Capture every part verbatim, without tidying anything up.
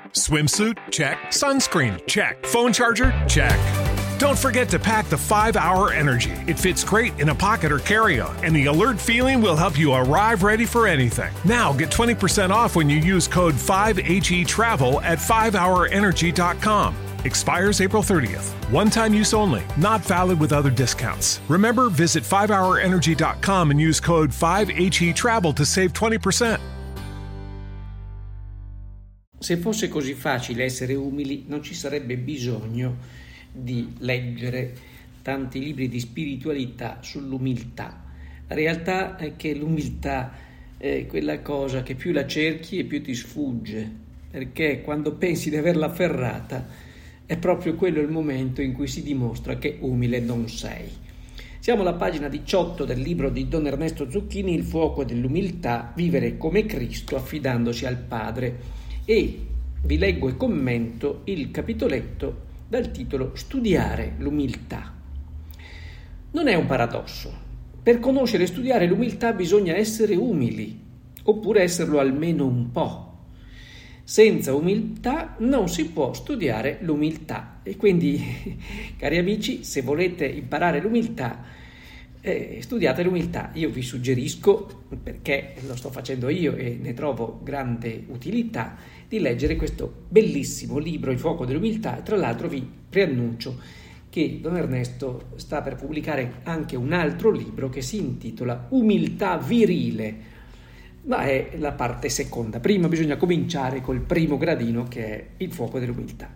Swimsuit? Check. Sunscreen? Check. Phone charger? Check. Don't forget to pack the five hour Energy. It fits great in a pocket or carry-on, and the alert feeling will help you arrive ready for anything. Now get twenty percent off when you use code five H E travel at five hour energy dot com. Expires April thirtieth. One-time use only. Not valid with other discounts. Remember, visit five hour energy dot com and use code five H E travel to save twenty percent. Se fosse così facile essere umili, non ci sarebbe bisogno di leggere tanti libri di spiritualità sull'umiltà. La realtà è che l'umiltà è quella cosa che più la cerchi e più ti sfugge, perché quando pensi di averla afferrata è proprio quello il momento in cui si dimostra che umile non sei. Siamo alla pagina diciotto del libro di Don Ernesto Zucchini, Il fuoco dell'umiltà, vivere come Cristo affidandosi al Padre, e vi leggo e commento il capitoletto dal titolo Studiare l'umiltà. Non è un paradosso. Per conoscere e studiare l'umiltà bisogna essere umili, oppure esserlo almeno un po'. Senza umiltà non si può studiare l'umiltà. E quindi, cari amici, se volete imparare l'umiltà, eh, studiate l'umiltà. Io vi suggerisco, perché lo sto facendo io e ne trovo grande utilità, di leggere questo bellissimo libro, Il fuoco dell'umiltà, e tra l'altro vi preannuncio che Don Ernesto sta per pubblicare anche un altro libro che si intitola Umiltà virile, ma è la parte seconda. Prima bisogna cominciare col primo gradino, che è il fuoco dell'umiltà.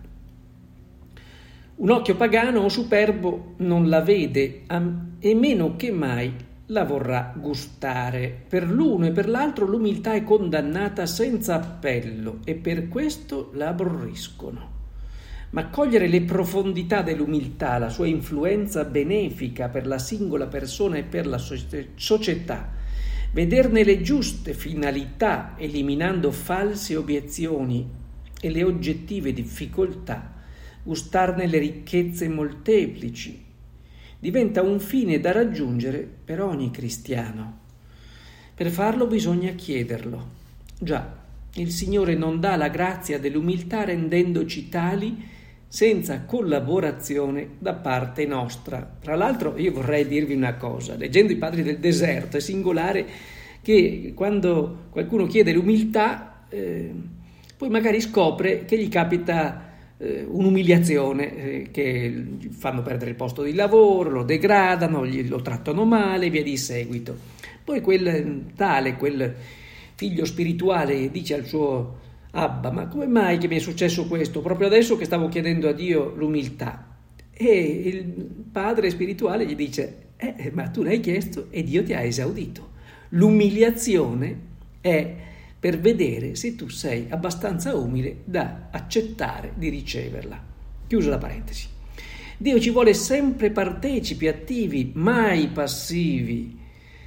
Un occhio pagano o superbo non la vede e meno che mai la vorrà gustare. Per l'uno e per l'altro l'umiltà è condannata senza appello e per questo la aborriscono. Ma cogliere le profondità dell'umiltà, la sua influenza benefica per la singola persona e per la società, vederne le giuste finalità, eliminando false obiezioni e le oggettive difficoltà, gustarne le ricchezze molteplici, diventa un fine da raggiungere per ogni cristiano. Per farlo bisogna chiederlo. Già, il Signore non dà la grazia dell'umiltà rendendoci tali senza collaborazione da parte nostra. Tra l'altro io vorrei dirvi una cosa, leggendo i Padri del Deserto è singolare che quando qualcuno chiede l'umiltà eh, poi magari scopre che gli capita eh, un'umiliazione, eh, che gli fanno perdere il posto di lavoro, lo degradano, gli, lo trattano male e via di seguito. Poi quel tale, quel figlio spirituale dice al suo Abba: ma come mai che mi è successo questo proprio adesso che stavo chiedendo a Dio l'umiltà? E il padre spirituale gli dice: eh, ma tu l'hai chiesto e Dio ti ha esaudito. L'umiliazione è per vedere se tu sei abbastanza umile da accettare di riceverla. Chiusa la parentesi. Dio ci vuole sempre partecipi, attivi, mai passivi.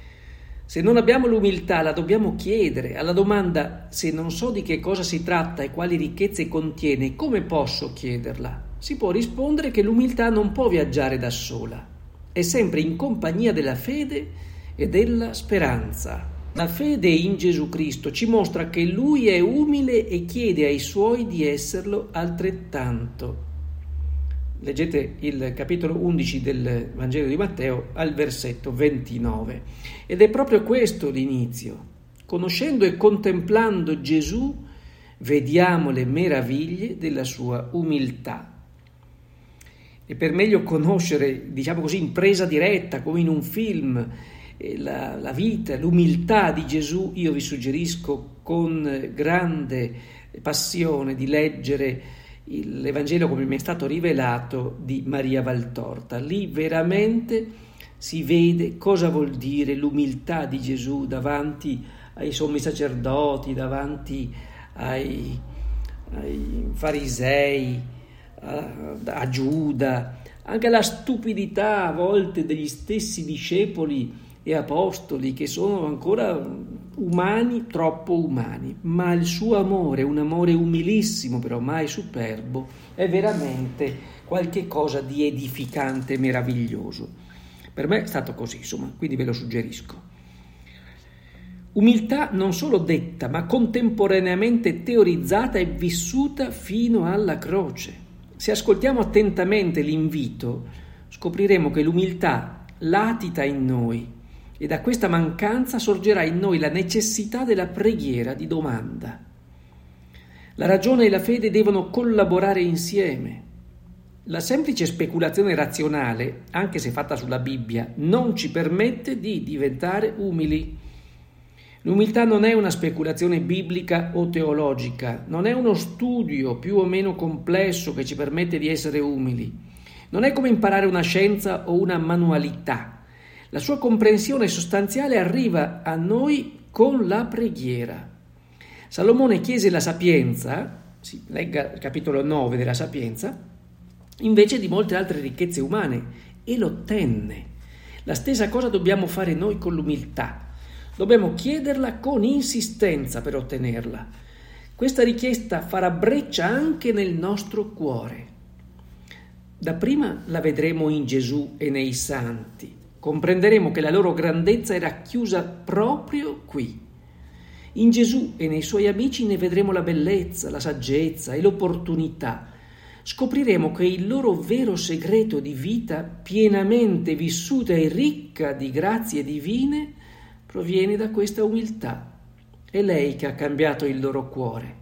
Se non abbiamo l'umiltà, la dobbiamo chiedere. Alla domanda se non so di che cosa si tratta e quali ricchezze contiene, come posso chiederla? Si può rispondere che l'umiltà non può viaggiare da sola, è sempre in compagnia della fede e della speranza. La fede in Gesù Cristo ci mostra che Lui è umile e chiede ai Suoi di esserlo altrettanto. Leggete il capitolo undici del Vangelo di Matteo al versetto ventinove. Ed è proprio questo l'inizio. Conoscendo e contemplando Gesù, vediamo le meraviglie della sua umiltà. E per meglio conoscere, diciamo così, in presa diretta, come in un film, la, la vita, l'umiltà di Gesù, io vi suggerisco con grande passione di leggere l'Evangelo come mi è stato rivelato di Maria Valtorta. Lì veramente si vede cosa vuol dire l'umiltà di Gesù davanti ai sommi sacerdoti, davanti ai, ai farisei, a, a Giuda, anche la stupidità a volte degli stessi discepoli e apostoli che sono ancora umani, troppo umani, ma il suo amore, un amore umilissimo però mai superbo, è veramente qualche cosa di edificante e meraviglioso. Per me è stato così, insomma, quindi ve lo suggerisco. Umiltà non solo detta, ma contemporaneamente teorizzata e vissuta fino alla croce. Se ascoltiamo attentamente l'invito, scopriremo che l'umiltà latita in noi e da questa mancanza sorgerà in noi la necessità della preghiera di domanda. La ragione e la fede devono collaborare insieme. La semplice speculazione razionale, anche se fatta sulla Bibbia, non ci permette di diventare umili. L'umiltà non è una speculazione biblica o teologica, non è uno studio più o meno complesso che ci permette di essere umili, non è come imparare una scienza o una manualità. La sua comprensione sostanziale arriva a noi con la preghiera. Salomone chiese la sapienza, si legga il capitolo nove della Sapienza, invece di molte altre ricchezze umane, e l'ottenne. La stessa cosa dobbiamo fare noi con l'umiltà. Dobbiamo chiederla con insistenza per ottenerla. Questa richiesta farà breccia anche nel nostro cuore. Dapprima la vedremo in Gesù e nei santi. Comprenderemo che la loro grandezza era chiusa proprio qui. In Gesù e nei suoi amici ne vedremo la bellezza, la saggezza e l'opportunità. Scopriremo che il loro vero segreto di vita, pienamente vissuta e ricca di grazie divine, proviene da questa umiltà. È lei che ha cambiato il loro cuore.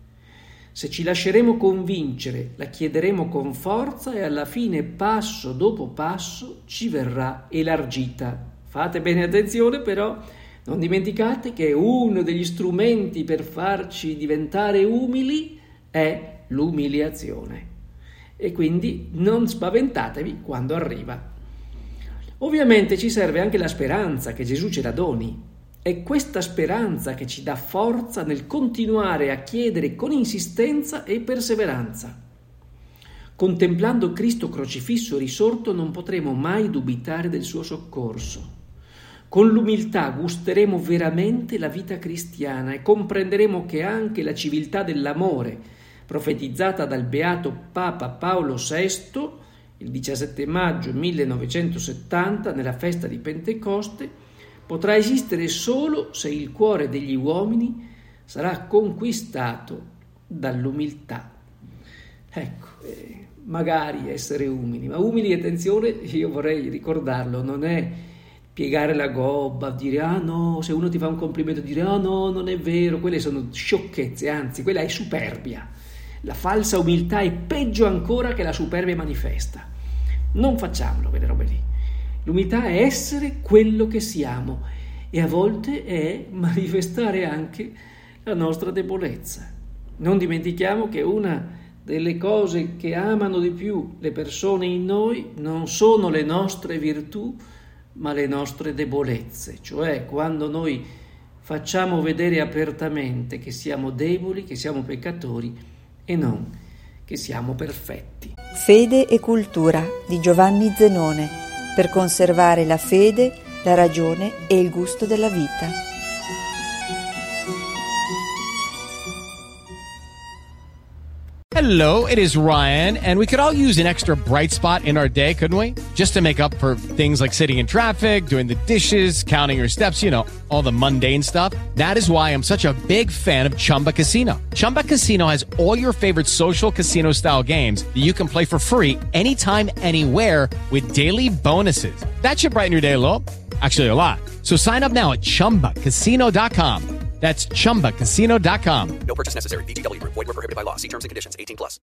Se ci lasceremo convincere, la chiederemo con forza e alla fine, passo dopo passo, ci verrà elargita. Fate bene attenzione però, non dimenticate che uno degli strumenti per farci diventare umili è l'umiliazione. E quindi non spaventatevi quando arriva. Ovviamente ci serve anche la speranza che Gesù ce la doni. È questa speranza che ci dà forza nel continuare a chiedere con insistenza e perseveranza. Contemplando Cristo crocifisso e risorto non potremo mai dubitare del suo soccorso. Con l'umiltà gusteremo veramente la vita cristiana e comprenderemo che anche la civiltà dell'amore, profetizzata dal beato Papa Paolo sesto, il diciassette maggio millenovecentosettanta, nella festa di Pentecoste, potrà esistere solo se il cuore degli uomini sarà conquistato dall'umiltà. Ecco, eh, magari essere umili, ma umili, attenzione, io vorrei ricordarlo, non è piegare la gobba, dire ah no, se uno ti fa un complimento dire ah no, non è vero, quelle sono sciocchezze, anzi quella è superbia. La falsa umiltà è peggio ancora che la superbia manifesta. Non facciamolo quelle robe lì. L'umiltà è essere quello che siamo e a volte è manifestare anche la nostra debolezza. Non dimentichiamo che una delle cose che amano di più le persone in noi non sono le nostre virtù, ma le nostre debolezze, cioè quando noi facciamo vedere apertamente che siamo deboli, che siamo peccatori e non che siamo perfetti. Fede e cultura di Giovanni Zenone, per conservare la fede, la ragione e il gusto della vita. Hello, it is Ryan, and we could all use an extra bright spot in our day, couldn't we? Just to make up for things like sitting in traffic, doing the dishes, counting your steps, you know, all the mundane stuff. That is why I'm such a big fan of Chumba Casino. Chumba Casino has all your favorite social casino-style games that you can play for free anytime, anywhere with daily bonuses. That should brighten your day a little. Actually, a lot. So sign up now at chumba casino dot com. That's chumba casino dot com. No purchase necessary. V G W Group. Void where prohibited by law. See terms and conditions. eighteen plus.